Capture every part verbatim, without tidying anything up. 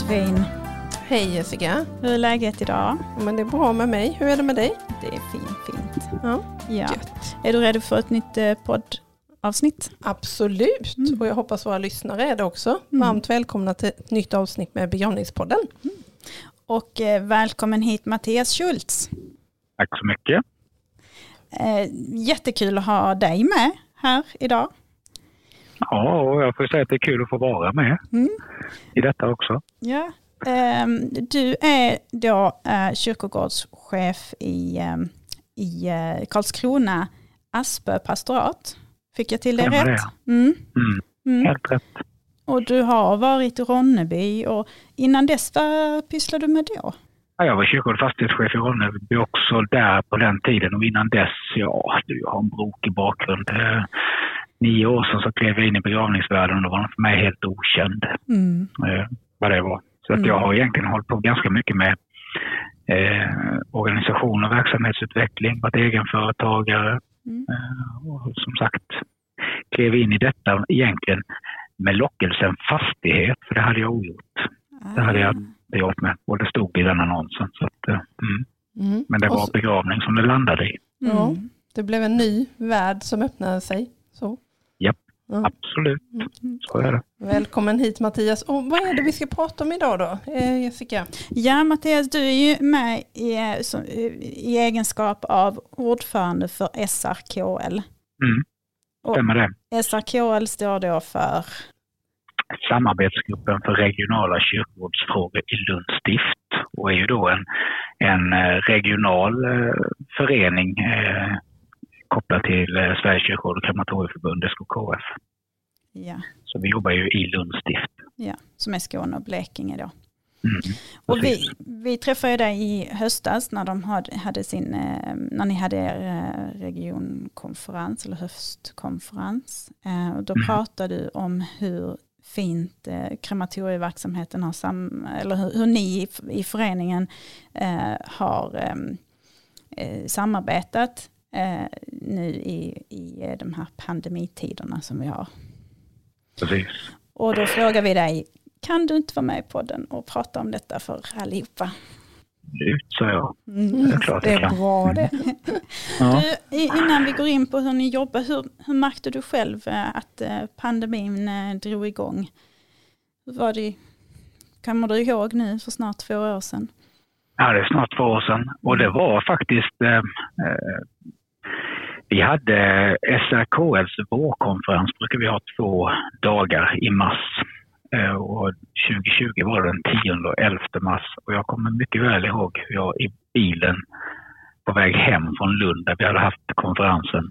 Josefin. Hej Jessica. Hur är läget idag? Men det är bra med mig. Hur är det med dig? Det är fint, fint. Ja, Ja. gött. Är du redo för ett nytt eh, poddavsnitt? Absolut. Mm. Och jag hoppas våra lyssnare är det också. Mm. Varmt välkomna till ett nytt avsnitt med Begravningspodden. Mm. Och eh, välkommen hit Mattias Schultz. Tack så mycket. Eh, jättekul att ha dig med här idag. Ja, och jag får säga att det är kul att få vara med Mm. i detta också. Ja. Eh, du är då eh, kyrkogårdschef i, eh, i eh, Karlskrona Aspö pastorat. Fick jag till det Stämmer rätt? det? Mm. Mm. Mm. Helt rätt. Och du har varit i Ronneby och innan dess, vad pysslade du med då? Ja, jag var kyrkogård- och fastighetschef i Ronneby också där på den tiden, och innan dess, ja, du har en brokig bakgrund. Eh, nio år sedan så klev jag in i begravningsvärlden och det var för mig helt okänd Mm. eh, vad det var. Så att Mm. jag har egentligen hållit på ganska mycket med eh, organisation och verksamhetsutveckling, varit egenföretagare Mm. eh, och som sagt klev in i detta egentligen med lockelsen fastighet, för det hade jag ogjort. Det hade jag det gjort med, och det stod i den annonsen. Så att, mm. Mm. Men det Och var så- begravning som det landade i. Ja, Mm. det blev en ny värld som öppnade sig. Så. Japp, Ja. absolut. Mm. Så är det. Välkommen hit Mattias. Och vad är det vi ska prata om idag då, eh, Jessica? Ja, Mattias, du är ju med i, som, i egenskap av ordförande för S R K L. Mm. Och Stämmer det. S R K L står då för... Samarbetsgruppen för regionala kyrkogårdsfrågor i Lunds stift, och är ju då en, en eh, regional eh, förening eh, kopplad till eh, Sveriges kyrkogård- och krematorieförbund, S K K F. Ja, Så vi jobbar ju i Lunds stift. ja, som är Skåne och Blekinge då. Mm. Och vi, Precis. vi träffade dig i höstas när, de hade, hade sin, eh, när ni hade er eh, regionkonferens eller höstkonferens. Eh, och då Mm. pratade du om hur fint eh, krematorieverksamheten har sam, eller hur, hur ni i, i föreningen eh, har eh, eh, samarbetat eh, nu i, i de här pandemitiderna som vi har. Precis. Och då frågar vi dig, kan du inte vara med i podden och prata om detta för allihopa? Ut, så jag. Mm. Det är klart Det jag är kan. bra det. Ja. Du, i- innan vi går in på hur ni jobbar, hur, hur märkte du själv eh, att eh, pandemin eh, drog igång? Hur var det, kommer du ihåg nu för snart två år sedan? Ja, det är snart två år sedan. Och det var faktiskt... Eh, eh, vi hade S R K L:s vårkonferens, brukar vi ha två dagar i mars. Eh, och tjugo tjugo var det den tionde och elfte mars. Och jag kommer mycket väl ihåg hur jag i bilen på väg hem från Lund, där vi hade haft konferensen,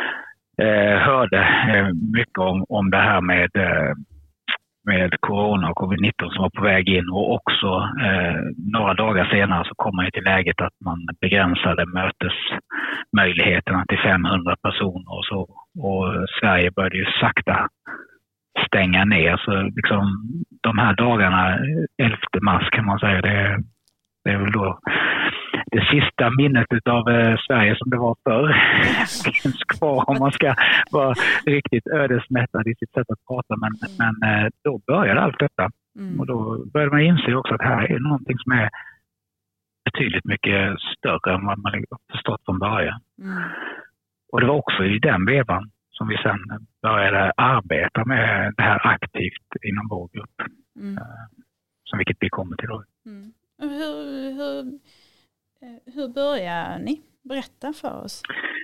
eh, hörde eh, mycket om, om det här med... Eh, med corona och covid nitton som var på väg in, och också eh, några dagar senare så kom man ju till läget att man begränsade mötesmöjligheterna till femhundra personer och så, och Sverige började ju sakta stänga ner, så liksom de här dagarna, elfte mars kan man säga, det, det är väl då det sista minnet av eh, Sverige som det var förr finns kvar, om man ska vara riktigt ödesmättad i sitt sätt att prata. Men, men eh, då började allt detta. Mm. Och då började man inse också att här är någonting som är betydligt mycket större än vad man har förstått från början. Mm. Och det var också i den vevan som vi sen började arbeta med det här aktivt inom vår grupp. Mm. Som vilket vi kommer till då. Mm. Hur, hur, eh, hur börjar ni? Berätta för oss.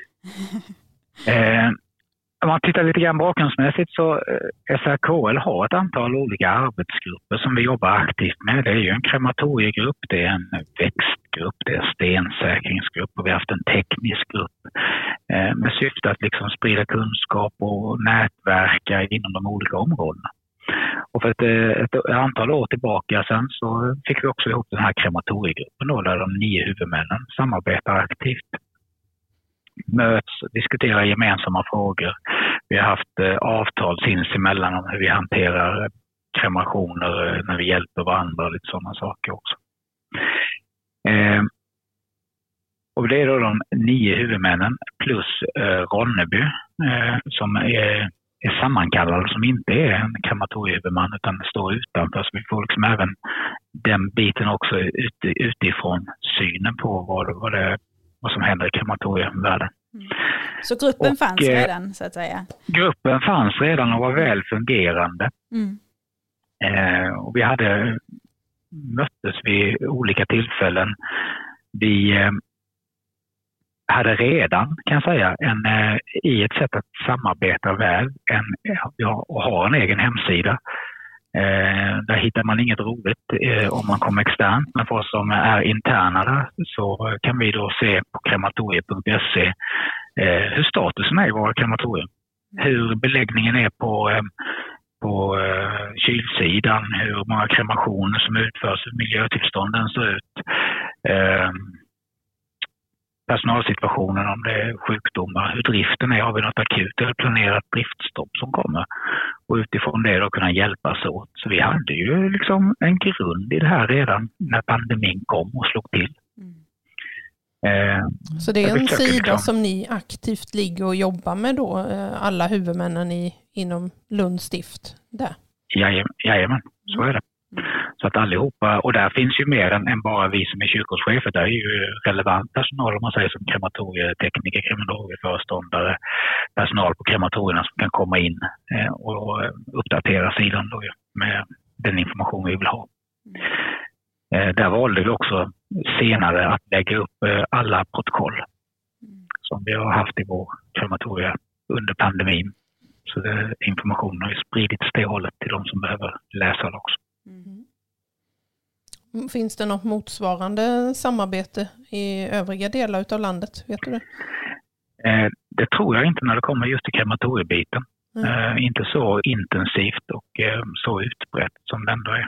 Eh, om man tittar lite grann bakgrundsmässigt, så eh, S R K L har ett antal olika arbetsgrupper som vi jobbar aktivt med. Det är ju en krematoriegrupp, det är en växtgrupp, det är en stensäkringsgrupp, och vi har haft en teknisk grupp eh, med syfte att liksom sprida kunskap och nätverka inom de olika områdena. Och för ett, ett antal år tillbaka sen så fick vi också ihop den här krematoriegruppen då, där de nio huvudmännen samarbetar aktivt. Möts, diskuterar gemensamma frågor. Vi har haft eh, avtal sinsemellan om hur vi hanterar kremationer, eh, när vi hjälper varandra och lite sådana saker också. Eh, och det är då de nio huvudmännen plus eh, Ronneby eh, som är är sammankallade som inte är en krematoriehuvudman utan står utanför. Så vi får liksom även den biten också ut, utifrån synen på vad, vad, det, vad som händer i krematorievärlden. Mm. Så gruppen och, fanns redan så att säga? Gruppen fanns redan och var väl fungerande. Mm. Eh, och vi hade möttes vid olika tillfällen. Vi eh, hade redan, kan jag säga, en, eh, i ett sätt att samarbeta väl en, ja, och ha en egen hemsida. Eh, där hittar man inget roligt eh, om man kommer externt, men för oss som är interna där så kan vi då se på krematorie punkt se eh, hur statusen är i våra krematorier. Hur beläggningen är på, eh, på eh, kylsidan, hur många kremationer som utförs, hur miljötillstånden ser ut. Eh, personalsituationen, om det är sjukdomar, hur driften är, har vi något akut eller planerat driftstopp som kommer och utifrån det då kunna hjälpas åt. Så vi hade ju liksom en grund i det här redan när pandemin kom och slog till. Mm. Eh, Så det är en sida liksom som ni aktivt ligger och jobbar med då, alla huvudmännen i, inom Lunds stift där? Jajamän, jajamän, så är det. Så att allihopa, och där finns ju mer än, än bara vi som är kyrkoschefer, där är ju relevant personal om man säger som krematorietekniker, krematorieföreståndare, personal på krematorierna som kan komma in eh, och uppdatera sidan då med den information vi vill ha. Eh, där valde vi också senare att lägga upp eh, alla protokoll som vi har haft i vår krematoria under pandemin. Så det, informationen har ju spridits det hållet till de som behöver läsa det också. Mm. Finns det något motsvarande samarbete i övriga delar av landet? Vet du det? Eh, det tror jag inte när det kommer just till krematoriebiten. Mm. Eh, inte så intensivt och eh, så utbrett som det ändå är.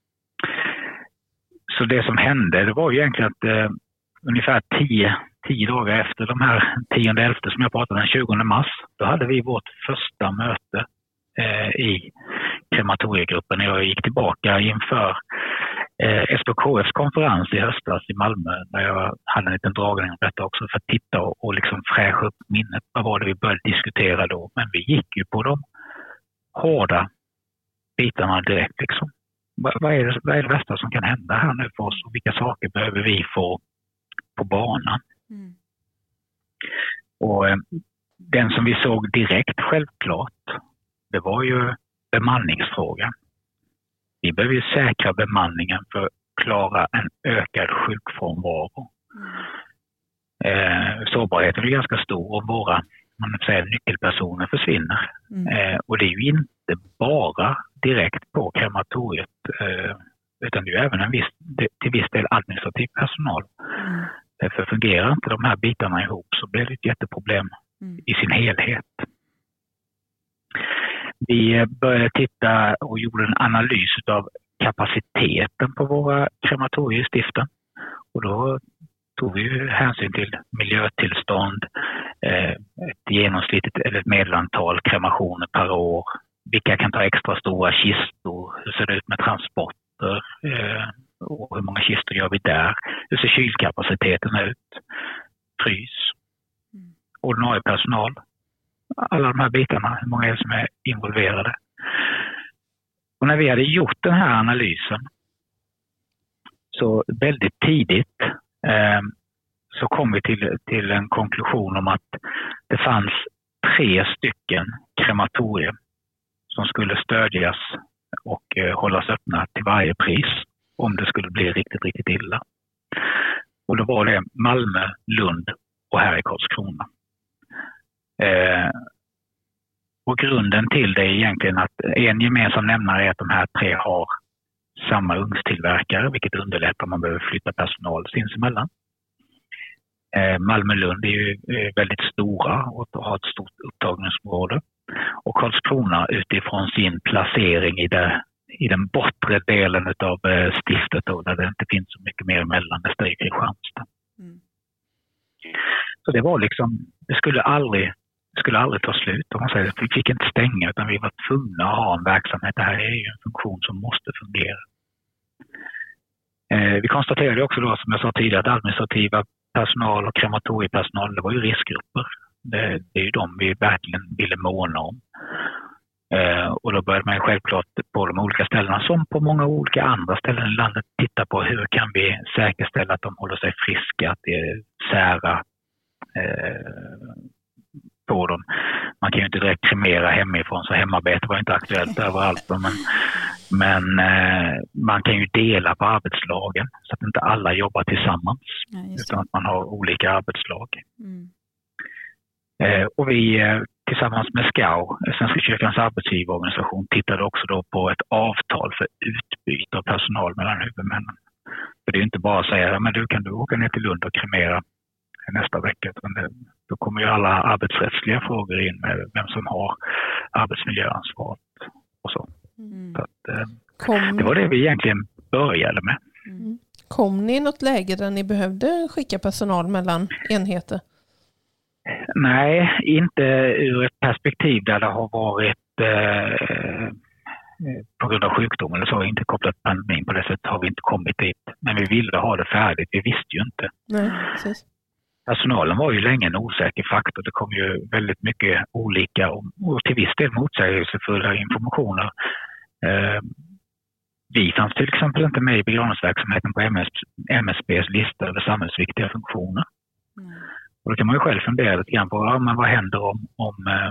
Så det som hände, det var ju egentligen att eh, ungefär tio, tio dagar efter de här tionde elfte som jag pratade, den tjugonde mars, då hade vi vårt första möte eh, i krematoriegruppen. Jag gick tillbaka inför eh, S K K F:s konferens i höstas i Malmö där jag hade en liten dragning om detta också för att titta och, och liksom fräscha upp minnet. Vad var det vi började diskutera då? Men vi gick ju på de hårda bitarna direkt liksom. Vad, vad, är det, vad är det bästa som kan hända här nu för oss och vilka saker behöver vi få på banan? Mm. Och eh, den som vi såg direkt självklart, det var ju bemanningsfrågan. Vi behöver ju säkra bemanningen för att klara en ökad sjukfrånvaro. Mm. Eh, sårbarheten är ganska stor och våra man säger, nyckelpersoner försvinner. Mm. Eh, och det är ju inte bara direkt på krematoriet eh, utan det är ju även en viss, till viss del administrativ personal. Mm. Därför fungerar inte de här bitarna ihop så blir det ett jätteproblem mm. i sin helhet. Vi började titta och gjorde en analys av kapaciteten på våra krematorier i stiften. Och då tog vi hänsyn till miljötillstånd, ett genomsnittligt eller ett medelantal kremationer per år. Vilka kan ta extra stora kistor? Hur ser det ut med transporter? Och hur många kistor gör vi där? Hur ser kylkapaciteten ut? Frys? Ordinarie personal? Alla de här bitarna, hur många är det som är involverade. Och när vi hade gjort den här analysen så väldigt tidigt eh, så kom vi till, till en konklusion om att det fanns tre stycken krematorier som skulle stödjas och eh, hållas öppna till varje pris om det skulle bli riktigt, riktigt illa. Och då var det Malmö, Lund och här i Karlskrona. Eh, och grunden till det är egentligen att en gemensam nämnare är att de här tre har samma ugnstillverkare, vilket underlättar om man behöver flytta personal sinsemellan. Eh, Malmö och Lund är ju eh, väldigt stora och har ett stort upptagningsområde. Och Karlskrona utifrån sin placering i, det, i den bortre delen av eh, stiftet då, där det inte finns så mycket mer emellan, det är Kristianstad. Mm. Så det var liksom, det skulle aldrig, det skulle aldrig ta slut. Om man säger. Vi fick inte stänga utan vi var tvungna att ha en verksamhet. Det här är ju en funktion som måste fungera. Eh, vi konstaterade också då, som jag sa tidigare, att administrativa personal och krematoriepersonal, det var ju riskgrupper. Det, det är ju de vi verkligen ville måna om. Eh, och då började man självklart på de olika ställena som på många olika andra ställen i landet titta på hur kan vi säkerställa att de håller sig friska, att det är sära eh, på dem. Man kan ju inte direkt kremera hemifrån, så hemarbete var inte aktuellt överallt. Men, men eh, man kan ju dela på arbetslagen så att inte alla jobbar tillsammans, ja, utan att man har olika arbetslag. Mm. Eh, och vi eh, tillsammans med S C A O, Svenska kyrkans arbetsgivarorganisation, tittade också då på ett avtal för utbyte av personal mellan huvudmännen. För det är inte bara att säga, men du kan du åka ner till Lund och kremera nästa vecka. Det, då kommer ju alla arbetsrättsliga frågor in med vem som har arbetsmiljöansvaret och så. Mm. Så att, eh, Kom... Det var det vi egentligen började med. Mm. Kom ni i något läge där ni behövde skicka personal mellan enheter? Nej, inte ur ett perspektiv där det har varit eh, på grund av sjukdom eller så, inte kopplat till pandemin. På det sättet har vi inte kommit dit. Men vi ville ha det färdigt, vi visste ju inte. Nej, precis. Personalen var ju länge en osäker faktor. Det kom ju väldigt mycket olika och till viss del motsägelsefulla informationer. Eh, vi fanns till exempel inte med i begravningsverksamheten på M S B:s lista över samhällsviktiga funktioner. Mm. Och då kan man ju själv fundera lite grann på ja, men vad händer om, om eh,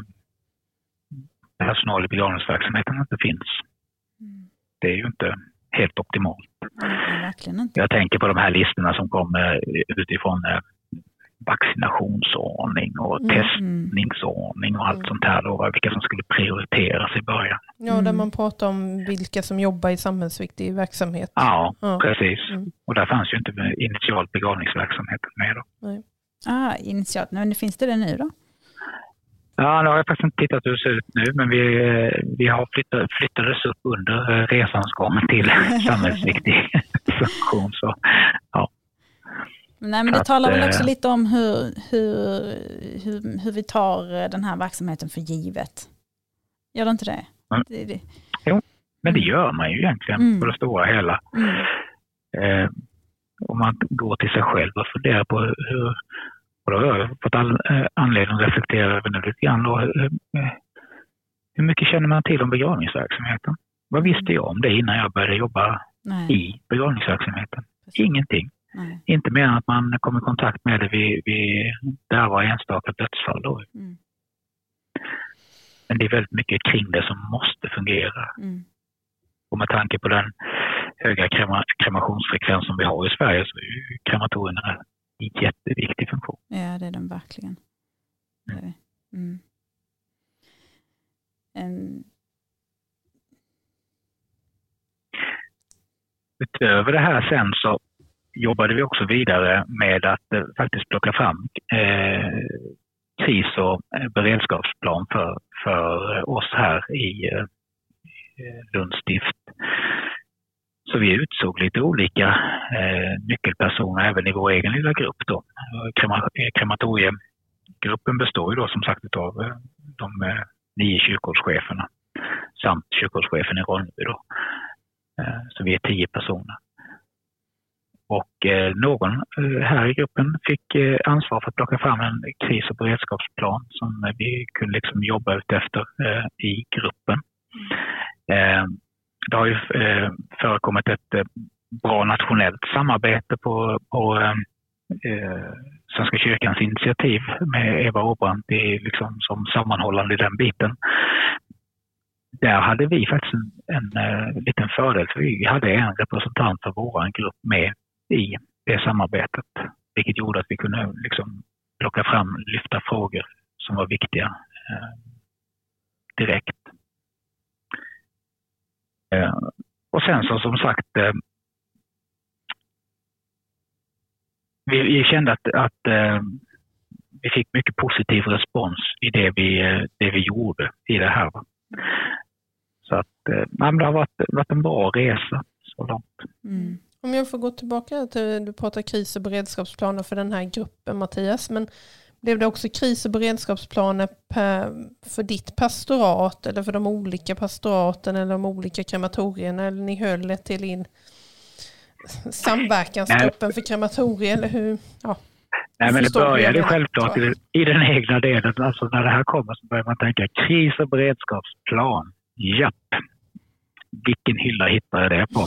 personal i begravningsverksamheten inte finns. Mm. Det är ju inte helt optimalt. Mm, verkligen inte. Jag tänker på de här listorna som kommer utifrån eh, vaccinationsordning och mm. testningsordning och allt mm. sånt här då, vilka som skulle prioriteras i början. Ja, där man pratar om vilka som jobbar i samhällsviktig verksamhet. Ja, ja. Precis. Mm. Och där fanns ju inte initialt begravningsverksamheten med då. Nej. Ah, initialt. Men finns det det nu då? Ja, nu har jag faktiskt inte tittat hur det ser ut nu, men vi, vi har flyttat, flyttades upp under resans gång till samhällsviktig funktion. Så, ja. Nej, men det att, talar väl också lite om hur, hur, hur, hur vi tar den här verksamheten för givet. Gör det inte det? Mm. det, det. Jo, men det gör man ju egentligen mm. på det stora hela. Mm. Eh, om man går till sig själv och funderar på hur, och då har jag fått all anledning att reflektera över nu lite grann då, hur, hur mycket känner man till om begravningsverksamheten? Vad visste jag om det innan jag började jobba Nej. i begravningsverksamheten? Precis. Ingenting. Nej. Inte mer än att man kom i kontakt med det vid, vid där var enstaka dödsfall då. Mm. Men det är väldigt mycket kring det som måste fungera. Mm. Och med tanke på den höga krema, kremationsfrekvens som vi har i Sverige så är ju krematorierna en jätteviktig funktion. Ja, det är den verkligen. Mm. Mm. Um. Utöver det här sen så jobbade vi också vidare med att eh, faktiskt plocka fram eh, kris- och beredskapsplan för, för oss här i eh, Lunds stift. Så vi utsåg lite olika eh, nyckelpersoner även i vår egen lilla grupp då. Krema, krematoriegruppen består ju då som sagt av eh, de eh, nio kyrkogårdscheferna samt kyrkogårdschefen i Ronneby då. Eh, så vi är tio personer. Och eh, någon eh, här i gruppen fick eh, ansvar för att plocka fram en kris- och beredskapsplan som eh, vi kunde liksom jobba ut efter eh, i gruppen. Eh, det har ju eh, förekommit ett eh, bra nationellt samarbete på, på eh, Svenska kyrkans initiativ med Eva Åbrant i, liksom, som sammanhållande i den biten. Där hade vi faktiskt en, en, en liten fördel, för vi hade en representant för vår grupp med i det samarbetet, vilket gjorde att vi kunde liksom plocka fram, lyfta frågor som var viktiga eh, direkt. Eh, och sen så som sagt eh, vi, vi kände att, att eh, vi fick mycket positiv respons i det vi, det vi gjorde i det här. Så att eh, det har varit, varit en bra resa så långt. Mm. Om jag får gå tillbaka till, du pratar kris- och beredskapsplaner för den här gruppen, Mattias, men blev det också kris- och beredskapsplaner per, för ditt pastorat eller för de olika pastoraten eller de olika krematorierna, eller ni höll det till in samverkansgruppen för krematorier eller hur? Ja. Nej, men det började självklart i, i den egna delen. Alltså när det här kommer så börjar man tänka kris- och beredskapsplan. Japp. Vilken hylla hittar jag det på?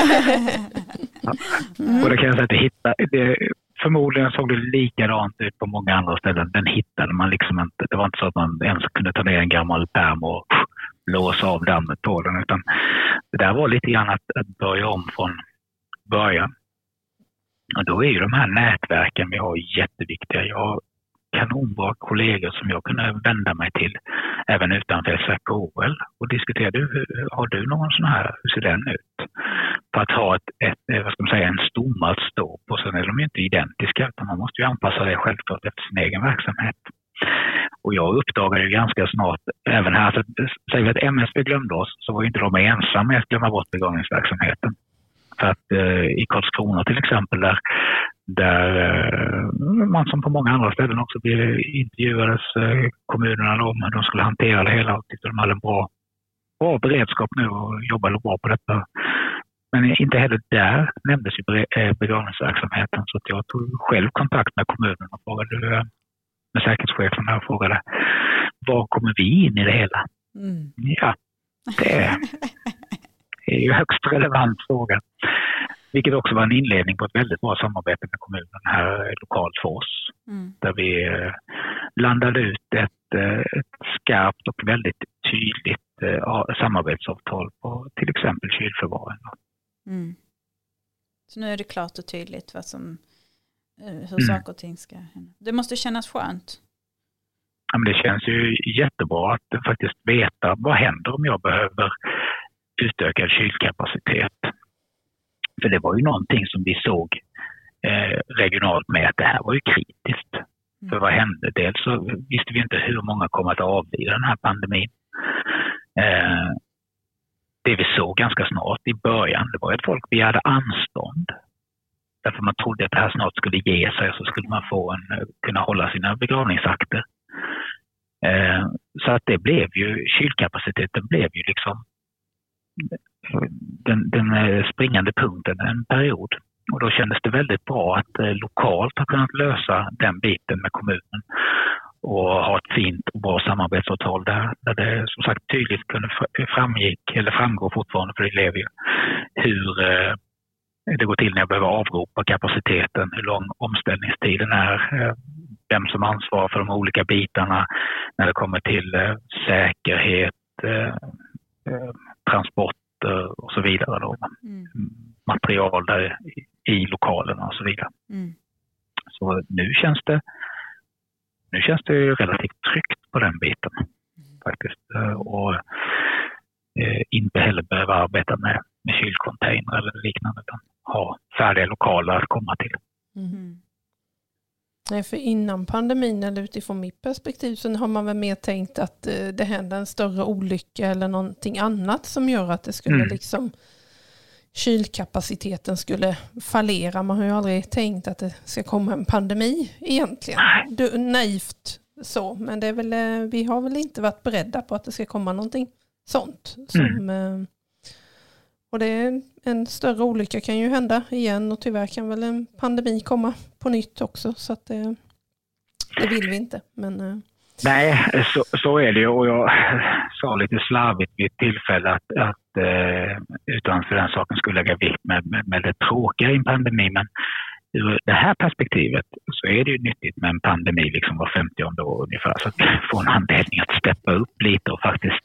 Ja. Och det kan jag säga att det hittade, det, förmodligen såg det likadant ut på många andra ställen. Den hittade man liksom inte. Det var inte så att man ens kunde ta ner en gammal pärm och låsa av dammet på den. Utan det där var lite grann att, att börja om från början. Och då är ju de här nätverken vi har jätteviktiga. Jag har kanonbra kollegor som jag kunde vända mig till även utanför S R K L och diskutera, du, har du någon sån här, hur ser den ut? För att ha ett, ett, vad ska man säga, en stomme att stå på, sen är de ju inte identiska utan man måste ju anpassa det självklart efter sin egen verksamhet. Och jag uppdagade ju ganska snart, även här, för säger vi att M S B glömde oss så var ju inte de ensamma med att glömma bort begravningsverksamheten. För att eh, i Karlskrona till exempel där, där eh, man som på många andra ställen också blev intervjuades eh, kommunerna då, men de skulle hantera det hela och tyckte de hade en bra, bra beredskap nu och jobbade bra på detta. Men inte heller där nämndes ju begravningsverksamheten så att jag tog själv kontakt med kommunen och frågade eh, med säkerhetschefen där och frågade var kommer vi in i det hela? Mm. Ja, det är... Det är ju högst relevant fråga. Vilket också var en inledning på ett väldigt bra samarbete med kommunen här lokalt för oss. Mm. Där vi eh, landade ut ett, eh, ett skarpt och väldigt tydligt eh, samarbetsavtal på till exempel kylförvaring. Mm. Så nu är det klart och tydligt vad som, hur mm. saker och ting ska hända. Det måste kännas skönt. Ja, men det känns ju jättebra att faktiskt veta vad händer om jag behöver utökad kylkapacitet. För det var ju någonting som vi såg eh, regionalt med att det här var ju kritiskt. Mm. För vad hände? Dels så visste vi inte hur många kommer att avlida den här pandemin. Eh, det vi såg ganska snart i början, det var att folk begärde anstånd. Därför man trodde att det här snart skulle ge sig så skulle man få en, kunna hålla sina begravningsakter. Eh, så att det blev ju, kylkapaciteten blev ju liksom Den, den springande punkten en period. Och då kändes det väldigt bra att eh, lokalt ha kunnat lösa den biten med kommunen och ha ett fint och bra samarbetsavtal där, där det som sagt tydligt kunde framgick, eller framgår fortfarande för elever hur eh, det går till när jag behöver avropa kapaciteten, hur lång omställningstiden är, eh, vem som ansvarar för de olika bitarna när det kommer till eh, säkerhet, eh, eh, transport och så vidare då. Mm. Material där i, i lokalerna och så vidare. Mm. Så nu känns det nu känns det relativt tryggt på den biten mm. faktiskt. Och eh, inte heller behöva arbeta med, med kylcontainer eller liknande utan ha färdiga lokaler att komma till. Mm. Nej, för innan pandemin eller utifrån mitt perspektiv så har man väl mer tänkt att eh, det händer en större olycka eller någonting annat som gör att det skulle mm. liksom kylkapaciteten skulle fallera. Man har ju aldrig tänkt att det ska komma en pandemi egentligen. Du, naivt så, men det är väl, eh, vi har väl inte varit beredda på att det ska komma någonting sånt. Som, mm. eh, och det är en större olycka kan ju hända igen och tyvärr kan väl en pandemi komma på nytt också så att det, det vill vi inte. Men, eh. Nej, så, så är det ju och jag sa lite slarvigt vid ett tillfälle att, att eh, utan för den saken skulle lägga vikt med, med, med det tråkiga i en pandemi men ur det här perspektivet så är det ju nyttigt med en pandemi liksom var femtionde år ungefär så att vi får en anledning att steppa upp lite och faktiskt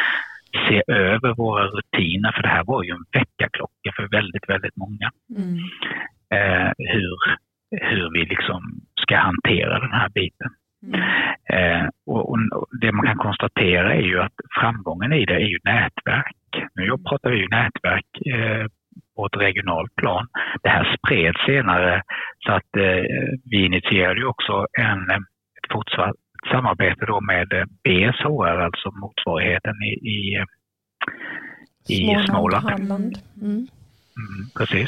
se över våra rutiner för det här var ju en väckarklocka för väldigt, väldigt många. Mm. Eh, hur, hur vi liksom ska hantera den här biten. Mm. Eh, och, och det man kan konstatera är ju att framgången i det är ju nätverk. Nu jag pratar vi ju nätverk eh, på ett regionalt plan. Det här spreds senare så att eh, vi initierade ju också en ett fortsatt samarbete då med B S H R, alltså motsvarigheten i, i, i Småland. Småland. Mm. Mm, precis.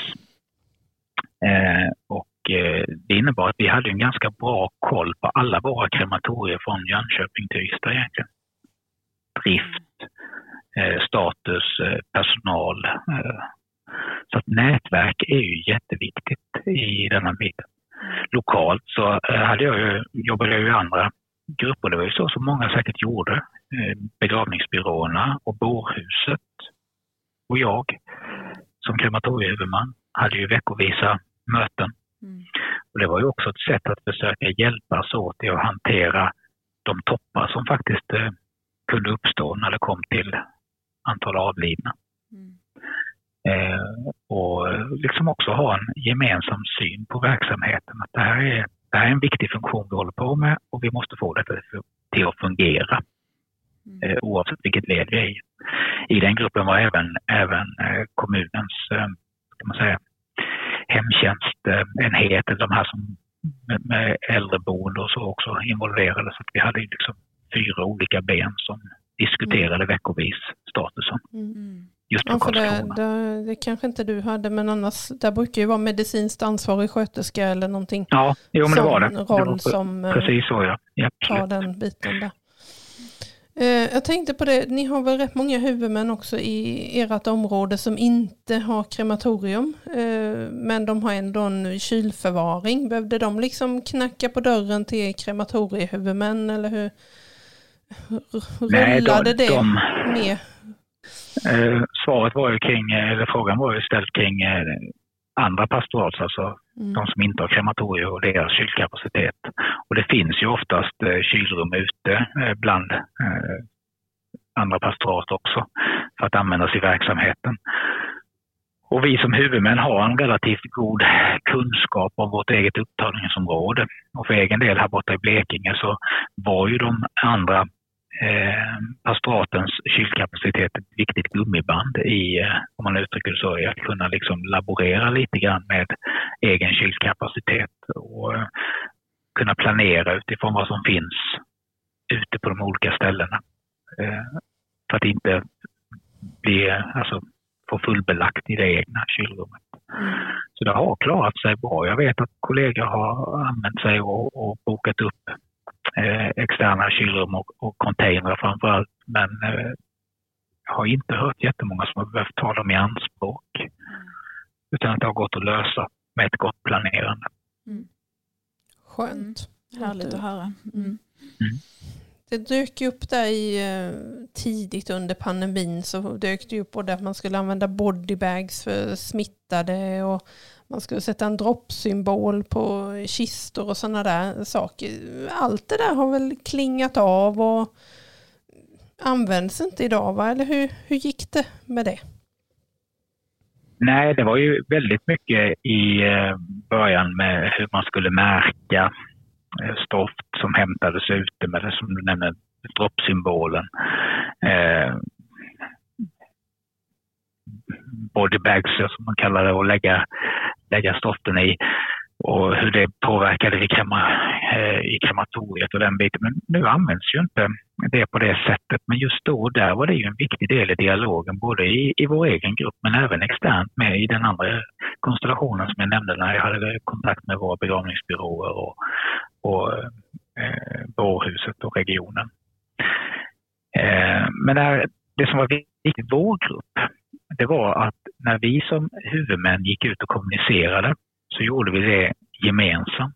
Eh, och eh, det innebar att vi hade en ganska bra koll på alla våra krematorier från Jönköping till Ystad egentligen. Drift, eh, status, eh, personal. Eh, så att nätverk är ju jätteviktigt i denna biten. Lokalt initialt så hade jag ju, jobbade jag ju i andra grupper. Det var ju så som många säkert gjorde. Begravningsbyråerna och bårhuset och jag som krematoriehuvudman hade ju veckovisa möten. Mm. Och det var ju också ett sätt att försöka hjälpas åt i att hantera de toppar som faktiskt eh, kunde uppstå när det kom till antal avlidna. Mm. Eh, och liksom också ha en gemensam syn på verksamheten. Att det här är, det här är en viktig funktion vi håller på med och vi måste få det till att fungera. Mm. Eh, oavsett vilket led vi är i. I den gruppen var även, även eh, kommunens eh, kan man säga, hemtjänstenhet, eller de här som med, med äldreboende och så också involverade. Så att vi hade liksom fyra olika ben som diskuterade mm. veckovis statusen. Mm. Just ja, för det, det, det kanske inte du hade, men annars där brukar ju vara medicinskt ansvarig sköterska eller någonting. Ja, jo, men det var det. Roll det var som precis så, ja. Ja, tar den biten där. Jag tänkte på det, ni har väl rätt många huvudmän också i ert område som inte har krematorium, men de har ändå en kylförvaring. Behövde de liksom knacka på dörren till krematoriehuvudmän eller hur Nej, rullade de, det de, med? Eh, svaret var ju kring, eller frågan var ju ställd kring eh, andra pastorat, alltså mm. de som inte har krematorium och deras kylkapacitet. Och det finns ju oftast eh, kylrum ute eh, bland eh, andra pastorat också för att användas i verksamheten. Och vi som huvudmän har en relativt god kunskap om vårt eget upptagningsområde. Och för egen del här borta i Blekinge så var ju de andra eh, pastoratens kylkapacitet ett viktigt gummiband i, eh, om man uttrycker det så, att kunna liksom laborera lite grann med egen kylkapacitet och eh, kunna planera utifrån vad som finns ute på de olika ställena. Eh, för att inte bli, alltså, få fullbelagt i det egna kylrummet. Mm. Så det har klarat sig bra. Jag vet att kollegor har använt sig och, och bokat upp eh, externa kylrum och, och containrar framförallt. Men eh, jag har inte hört jättemånga som har behövt ta dem i anspråk. Mm. Utan att det har gått att lösa med ett gott planerande. Mm. Skönt. Mm. Härligt att höra. Mm. Mm. Det dök upp där i, tidigt under pandemin, så dök det upp både att man skulle använda bodybags för smittade och man skulle sätta en droppsymbol på kistor och sådana där saker. Allt det där har väl klingat av och används inte idag, va? Eller hur, hur gick det med det? Nej, det var ju väldigt mycket i början med hur man skulle märka stoft som hämtades ute med det som du nämnde, droppsymbolen. Eh, bodybags som man kallar det, och lägga, lägga stoften i och hur det påverkade i, krema, eh, i krematoriet och den biten. Men nu används ju inte det på det sättet. Men just då där var det ju en viktig del i dialogen, både i, i vår egen grupp men även externt med i den andra konstellationen som jag nämnde när jag hade kontakt med våra begravningsbyråer och, och eh, bårhuset och regionen. Eh, men där, det som var viktigt i vår grupp, det var att när vi som huvudmän gick ut och kommunicerade så gjorde vi det gemensamt.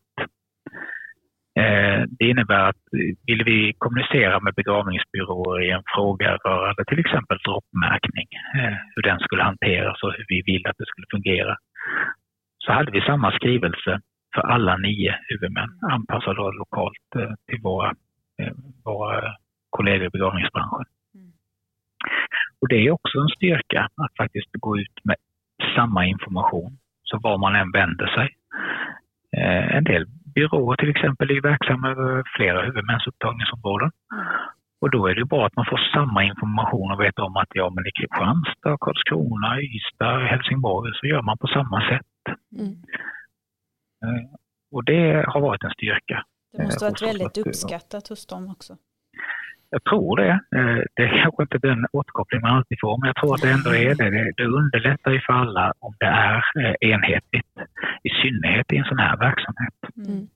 Eh, det innebär att vill vi kommunicera med begravningsbyråer i en fråga rörande till exempel droppmärkning, eh, hur den skulle hanteras och hur vi vill att det skulle fungera, så hade vi samma skrivelse för alla nio huvudmän, anpassad då lokalt eh, till våra, eh, våra kollegor i begravningsbranschen. Mm. Och det är också en styrka att faktiskt gå ut med samma information, så var man än vänder sig. Eh, en del byråer till exempel är verksamma över flera huvudmäns upptagningsområden. Mm. Och då är det bra att man får samma information och vet om att ja, men i Kristianstad, Karlskrona, Ystad, Helsingborg så gör man på samma sätt. Mm. Eh, och det har varit en styrka. Det måste ha varit väldigt uppskattat hos dem också. Jag tror det. Det är kanske inte den återkoppling man alltid får, men jag tror att det ändå är det. Det underlättar ju för alla om det är enhetligt, i synnerhet i en sån här verksamhet. Mm. Mm.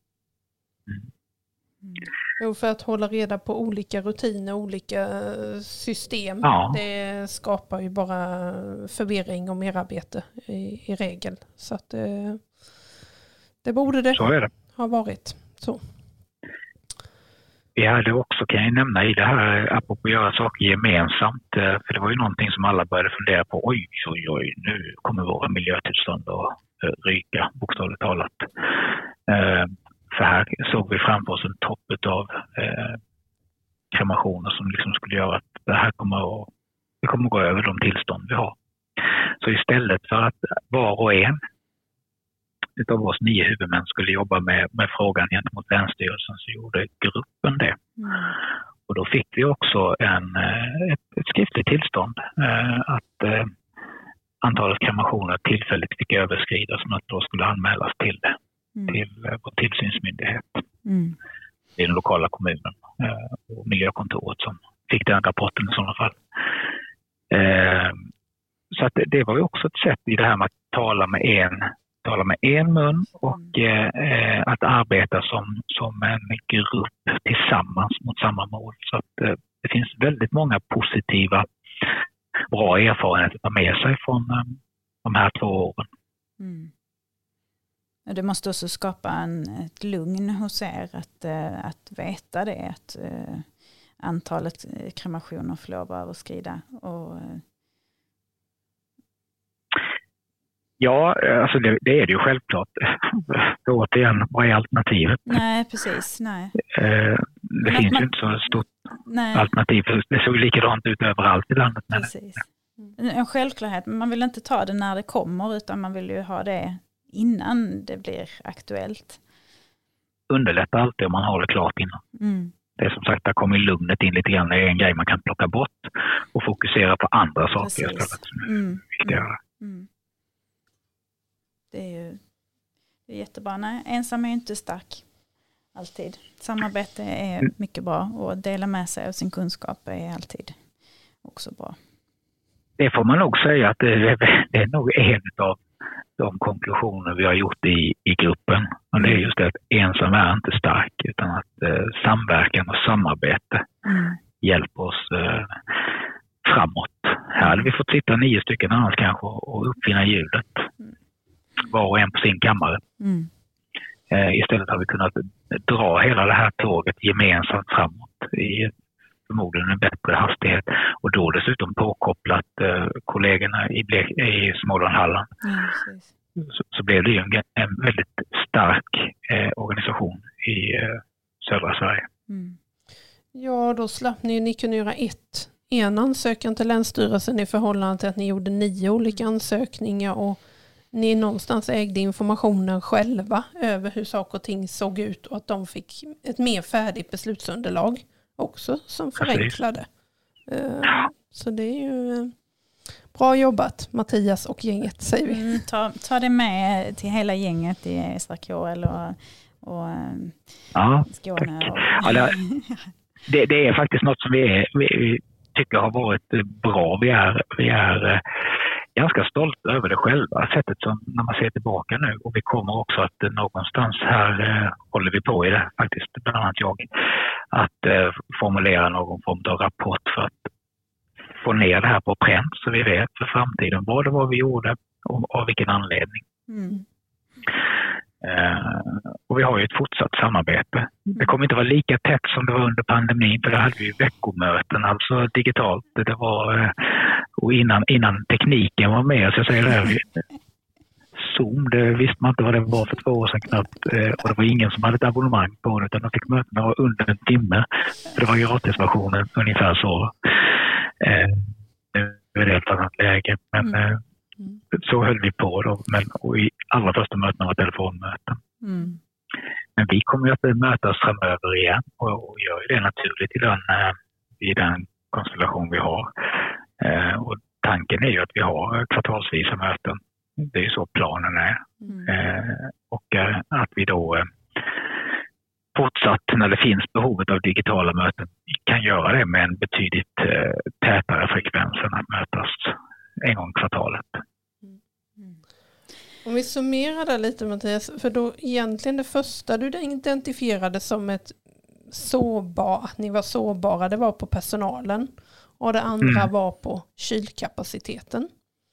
Jo, för att hålla reda på olika rutiner, olika system, ja. Det skapar ju bara förvirring och merarbete i, i regel. Så att det, det borde det, Så är det. har varit så. Vi hade också, kan jag nämna i det här, apropå att göra saker gemensamt, för det var ju någonting som alla började fundera på, oj, oj, oj, nu kommer våra miljötillstånd att ryka, bokstavligt talat. För här såg vi framför oss en topp av kremationer som liksom skulle göra att det här kommer att, det kommer att gå över de tillstånd vi har. Så istället för att var och en utav oss nio huvudmän skulle jobba med, med frågan gentemot Länsstyrelsen, så gjorde gruppen det. Mm. Och då fick vi också en, ett, ett skriftligt tillstånd eh, att eh, antalet kremationer tillfälligt fick överskridas, som att då skulle anmälas till, mm. till eh, vår tillsynsmyndighet. Mm. I den lokala kommunen eh, och miljökontoret som fick den rapporten i sådana fall. Eh, så att det, det var ju också ett sätt i det här med att tala med en tala med en mun och eh, att arbeta som, som en grupp tillsammans mot samma mål. Så att eh, det finns väldigt många positiva, bra erfarenheter att ta med sig från eh, de här två åren. Mm. Det måste också skapa en, ett lugn hos er att, eh, att veta det, att eh, antalet kremationer får lov att överskrida och eh, Ja, alltså det, det är det ju självklart. Återigen, vad är alternativet? Nej, precis. Nej. Eh, det Men finns man... ju inte så stort Nej. alternativ. Det såg likadant ut överallt i landet. Precis. En självklarhet, men man vill inte ta det när det kommer, utan man vill ju ha det innan det blir aktuellt. Underlättar alltid om man har det klart innan. Mm. Det är som sagt, där kommer lugnet in lite grann. Det är en grej man kan plocka bort och fokusera på andra saker istället. Mm. Mm. Mm. Det är ju det är jättebra. Nej, ensam är ju inte stark alltid. Samarbete är mycket bra och dela med sig av sin kunskap är alltid också bra. Det får man nog säga att det är, det är nog en av de konklusioner vi har gjort i, i gruppen. Och det är just det att ensam är inte stark, utan att eh, samverkan och samarbete mm. hjälper oss eh, framåt. Här hade vi fått sitta nio stycken annars kanske och uppfinna hjulet. Mm. Var och en på sin kammare. Mm. Eh, istället har vi kunnat dra hela det här tåget gemensamt framåt i förmodligen en bättre hastighet. Och då dessutom påkopplat eh, kollegorna i, Ble- i Småland-Halland. Mm, så, så blev det ju en, en väldigt stark eh, organisation i eh, södra Sverige. Mm. Ja, då slapp ni, ni kunde göra ett, en ansökan till Länsstyrelsen i förhållande till att ni gjorde nio olika ansökningar och ni någonstans ägde informationen själva över hur saker och ting såg ut och att de fick ett mer färdigt beslutsunderlag också som förenklade. Uh, så det är ju bra jobbat, Mattias och gänget, säger vi. Mm, ta, ta det med till hela gänget i S R K L och, och ja, Skåne. Och... Ja, det, det är faktiskt något som vi, är, vi tycker har varit bra. Vi är... Vi är ganska stolt över det själva, sättet som när man ser tillbaka nu. Och vi kommer också att någonstans här eh, håller vi på i det faktiskt, bland annat jag, att eh, formulera någon form av rapport för att få ner det här på pränt så vi vet för framtiden vad det var vi gjorde och av vilken anledning. Mm. Eh, och vi har ju ett fortsatt samarbete. Det kommer inte vara lika tätt som det var under pandemin, för då hade vi veckomöten, alltså digitalt. Det var, eh, och innan, innan tekniken var med, så jag säger det här, Zoom, det visste man inte vad det var för två år sedan knappt. Eh, och det var ingen som hade ett abonnemang på det, utan de fick mötena under en timme. För det var gratisversionen, ungefär så. Eh, nu är det ett annat läge, men mm. eh, Mm. så höll vi på då, men och i allra första mötena var telefonmöten. Mm. Men vi kommer ju att mötas framöver igen och, och gör ju det naturligt i den, i den konstellation vi har. Eh, och tanken är ju att vi har kvartalsvisa möten. Det är ju så planen är. Mm. Eh, och eh, att vi då eh, fortsatt, när det finns behovet av digitala möten, kan göra det med en betydligt eh, tätare frekvens än att mötas en gång kvartalet. Mm. Mm. Om vi summerar det lite, Mattias, för då egentligen det första du identifierade som ett sårbar, att ni var sårbara, det var på personalen och det andra mm. var på kylkapaciteten.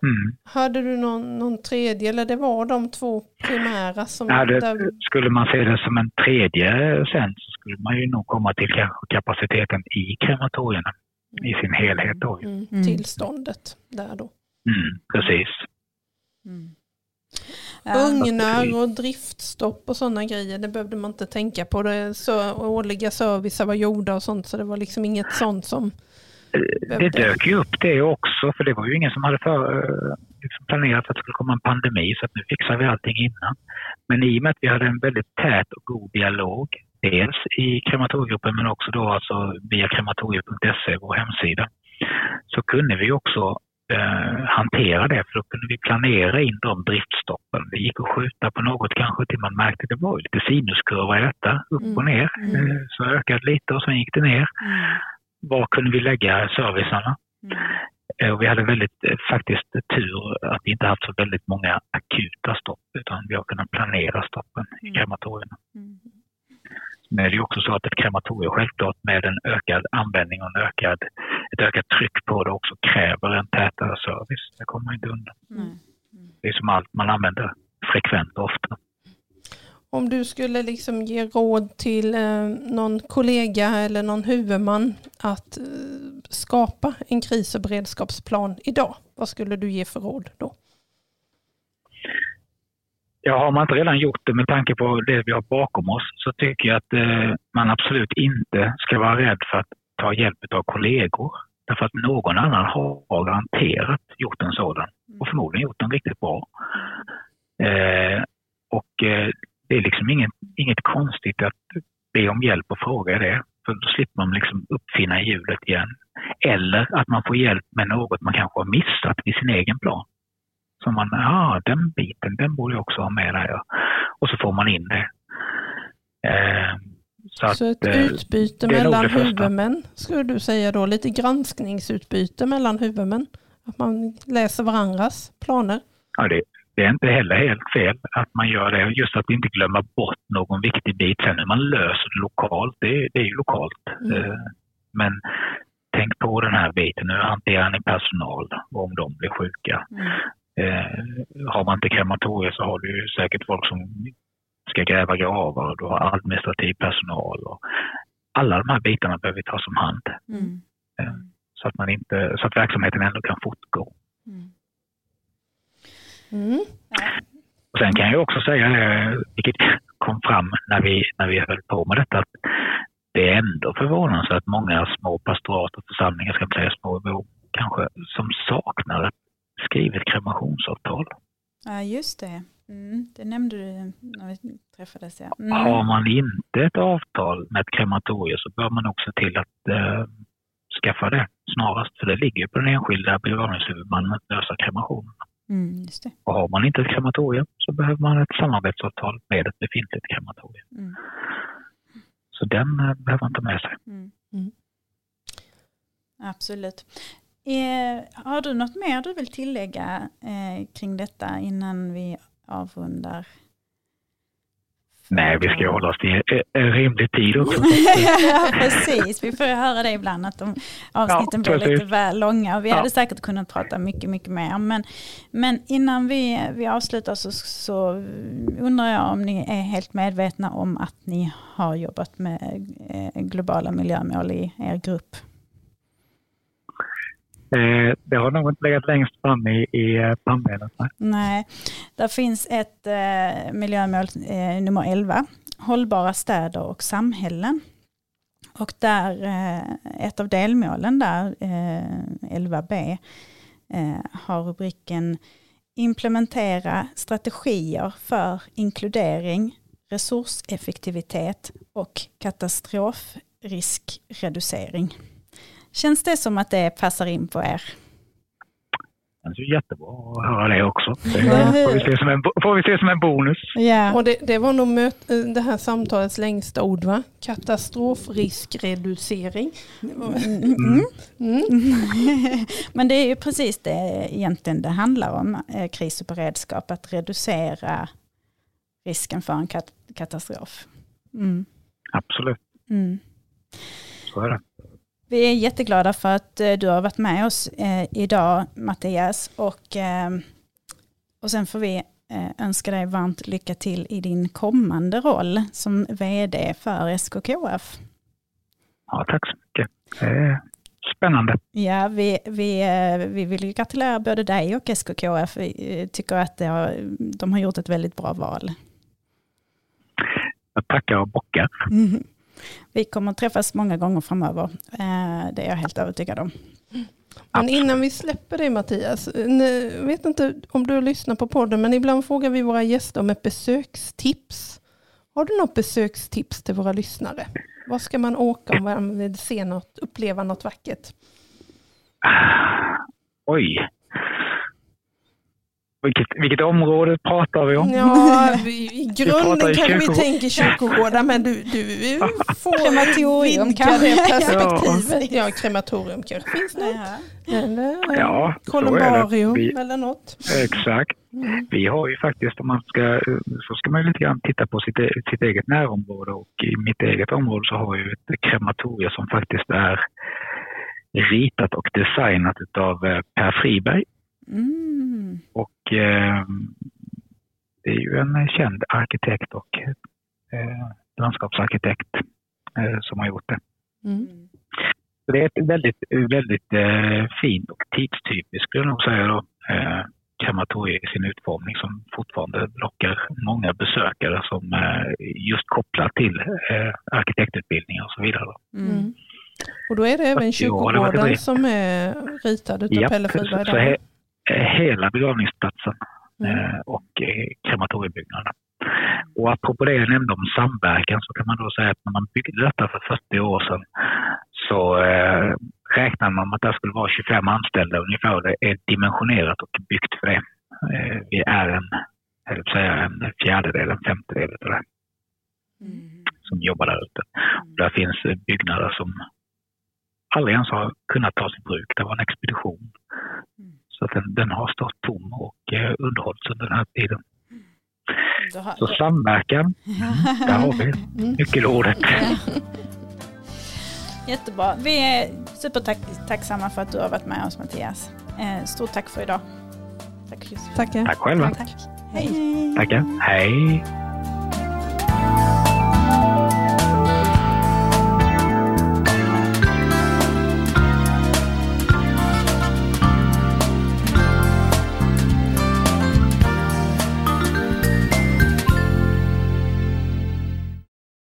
Mm. Hade du någon, någon tredje, eller det var de två primära som... Ja, det, där... Skulle man se det som en tredje sen så skulle man ju nog komma till kanske kapaciteten i krematorierna i sin helhet då. Mm. Mm. Tillståndet där då. Mm, precis. Mm. Ugnar och driftstopp och sådana grejer, det behövde man inte tänka på. Det, så, årliga servicer var gjorda och sånt, så det var liksom inget sånt som... Det dök ju upp det också, för det var ju ingen som hade för, liksom planerat att det skulle komma en pandemi, så att nu fixar vi allting innan. Men i och med att vi hade en väldigt tät och god dialog, dels i krematoriegruppen men också då alltså via krematorier punkt se, vår hemsida, så kunde vi också eh, hantera det, för då kunde vi planera in de driftstoppen. Det gick att skjuta på något kanske till man märkte att det var lite sinuskurva i detta, upp och ner. Mm. Eh, så ökade lite och sen gick det ner. Mm. Var kunde vi lägga servicerna? Mm. Och vi hade väldigt faktiskt tur att vi inte haft så väldigt många akuta stopp, utan vi har kunnat planera stoppen mm. i krematorierna. Mm. Men det är ju också så att ett krematorium självklart med en ökad användning och en ökad, ett ökat tryck på det också kräver en tätare service. Det kommer man inte undan. Mm. Mm. Det är som allt man använder frekvent och ofta. Om du skulle liksom ge råd till eh, någon kollega eller någon huvudman att eh, skapa en kris- och beredskapsplan idag, vad skulle du ge för råd då? Ja, har man inte redan gjort det med tanke på det vi har bakom oss, så tycker jag att eh, man absolut inte ska vara rädd för att ta hjälp av kollegor. Därför att någon annan har garanterat gjort en sådan och förmodligen gjort den riktigt bra. Eh, och eh, det är liksom inget, inget konstigt att be om hjälp och fråga det. För då slipper man liksom uppfinna hjulet igen. Eller att man får hjälp med något man kanske har missat vid sin egen plan. Så man, ja den biten, den borde jag också ha med där. Ja. Och så får man in det. Eh, så, så att, ett utbyte eh, mellan huvudmän, skulle du säga då? Lite granskningsutbyte mellan huvudmän? Att man läser varandras planer? Ja, det Det är inte heller helt fel att man gör det. Just att inte glömma bort någon viktig bit. Sen hur man löser det lokalt, det, det är ju lokalt. Mm. Men tänk på den här biten. Nu hanterar ni personal om de blir sjuka. Mm. Eh, har man inte krematorier så har du ju säkert folk som ska gräva gravar. Du har administrativ personal. Och alla de här bitarna behöver vi ta som hand. Mm. Eh, så, att man inte, så att verksamheten ändå kan fortgå. Mm. Mm. Och sen kan jag också säga, vilket kom fram när vi, när vi höll på med detta, att det är ändå förvånansvärt att många små pastorat och församlingar, ska man säga små, kanske som saknar ett skrivet kremationsavtal. Ja, just det. Mm, det nämnde du när vi träffades. Ja. Mm. Har man inte ett avtal med ett krematorium så bör man också till att äh, skaffa det snarast. För det ligger på den enskilda begravningshuvudmannen att lösa kremationen. Mm, just det. Och har man inte ett krematorium så behöver man ett samarbetsavtal med ett befintligt krematorium. Mm. Så den äh, behöver man ta med sig. Mm. Mm. Absolut. Eh, har du något mer du vill tillägga eh, kring detta innan vi avrundar? Nej, vi ska hålla oss till en rimlig tid också. Ja, precis. Vi får höra det ibland att de avsnitten ja, blir lite väl långa. Och vi ja. hade säkert kunnat prata mycket, mycket mer. Men, men innan vi, vi avslutar så, så undrar jag om ni är helt medvetna om att ni har jobbat med eh, globala miljömål i er grupp. Eh, det har nog inte legat längst fram i, i pannbenet. Nej, där finns ett eh, miljömål eh, nummer elva. Hållbara städer och samhällen. Och där eh, ett av delmålen där, eh, elva b, eh, har rubriken implementera strategier för inkludering, resurseffektivitet och katastrofriskreducering. Känns det som att det passar in på er? Det är jättebra att höra det också. Det får vi se som en, får vi se som en bonus. Ja. Och det, det var nog möt, det här samtalets längsta ord, va? Katastrofriskreducering. Mm. Mm. Mm. Men det är ju precis det egentligen det handlar om, kris och beredskap, att reducera risken för en kat- katastrof. Mm. Absolut. Mm. Så är det. Vi är jätteglada för att du har varit med oss eh, idag, Mattias. Och, eh, och sen får vi eh, önska dig varmt lycka till i din kommande roll som vd för S K K F. Ja, tack så mycket. Eh, spännande. Ja, vi, vi, eh, vi vill ju gratulera både dig och S K K F. Vi tycker att det har, de har gjort ett väldigt bra val. Jag tackar och bockar. Mm. Vi kommer att träffas många gånger framöver. Det är jag helt övertygad om. Men innan vi släpper dig, Mattias, jag vet inte om du lyssnar på podden, men ibland frågar vi våra gäster om ett besökstips. Har du något besökstips till våra lyssnare? Vad ska man åka om man vill se något, uppleva något vackert? Oj. Vilket, vilket område pratar vi om? Ja, i grunden kanske vi tänker kyrkogårdar, men du, du får krematorium vidga det perspektivet. Ja, krematorium kanske finns något. Ja. Eller ja, kolumbarium vi, eller något. Exakt. Mm. Vi har ju faktiskt, om man ska, så ska man ju lite grann titta på sitt, sitt eget närområde, och i mitt eget område så har jag ett krematorium som faktiskt är ritat och designat av Per Friberg. Mm. Och eh, det är ju en känd arkitekt och eh, landskapsarkitekt eh, som har gjort det. Mm. Så det är ett väldigt, väldigt eh, fint och tidstypiskt, skulle jag nog säga då, eh, krematorium i sin utformning som fortfarande lockar många besökare som eh, just kopplar till eh, arkitektutbildningar och så vidare. Då. Mm. Och då är det även kyrkogården som är ritad utav Pelle Friberg där? He- hela begravningsplatsen mm. eh, och eh, krematoriebyggnaderna. Och apropå det jag nämnde om samverkan, så kan man då säga att när man byggde detta för fyrtio år sedan så eh, räknade man med att det skulle vara tjugofem anställda ungefär, och det är dimensionerat och byggt för det. Eh, vi är en, jag vill säga en fjärdedel, en femtedel av det mm. som jobbar där ute. Mm. Där finns byggnader som aldrig ens har kunnat tas i bruk. Det var en expedition. Mm. Så den, den har stått tom och eh, underhållits under den här tiden. Har, så samverkan, mm, där har vi nyckelordet. Ja. Jättebra. Vi är supertacksamma för att du har varit med oss, Mattias. Eh, stort tack för idag. Tack, Tackar. Tack själva. Tack. Hej. Tackar. Hej.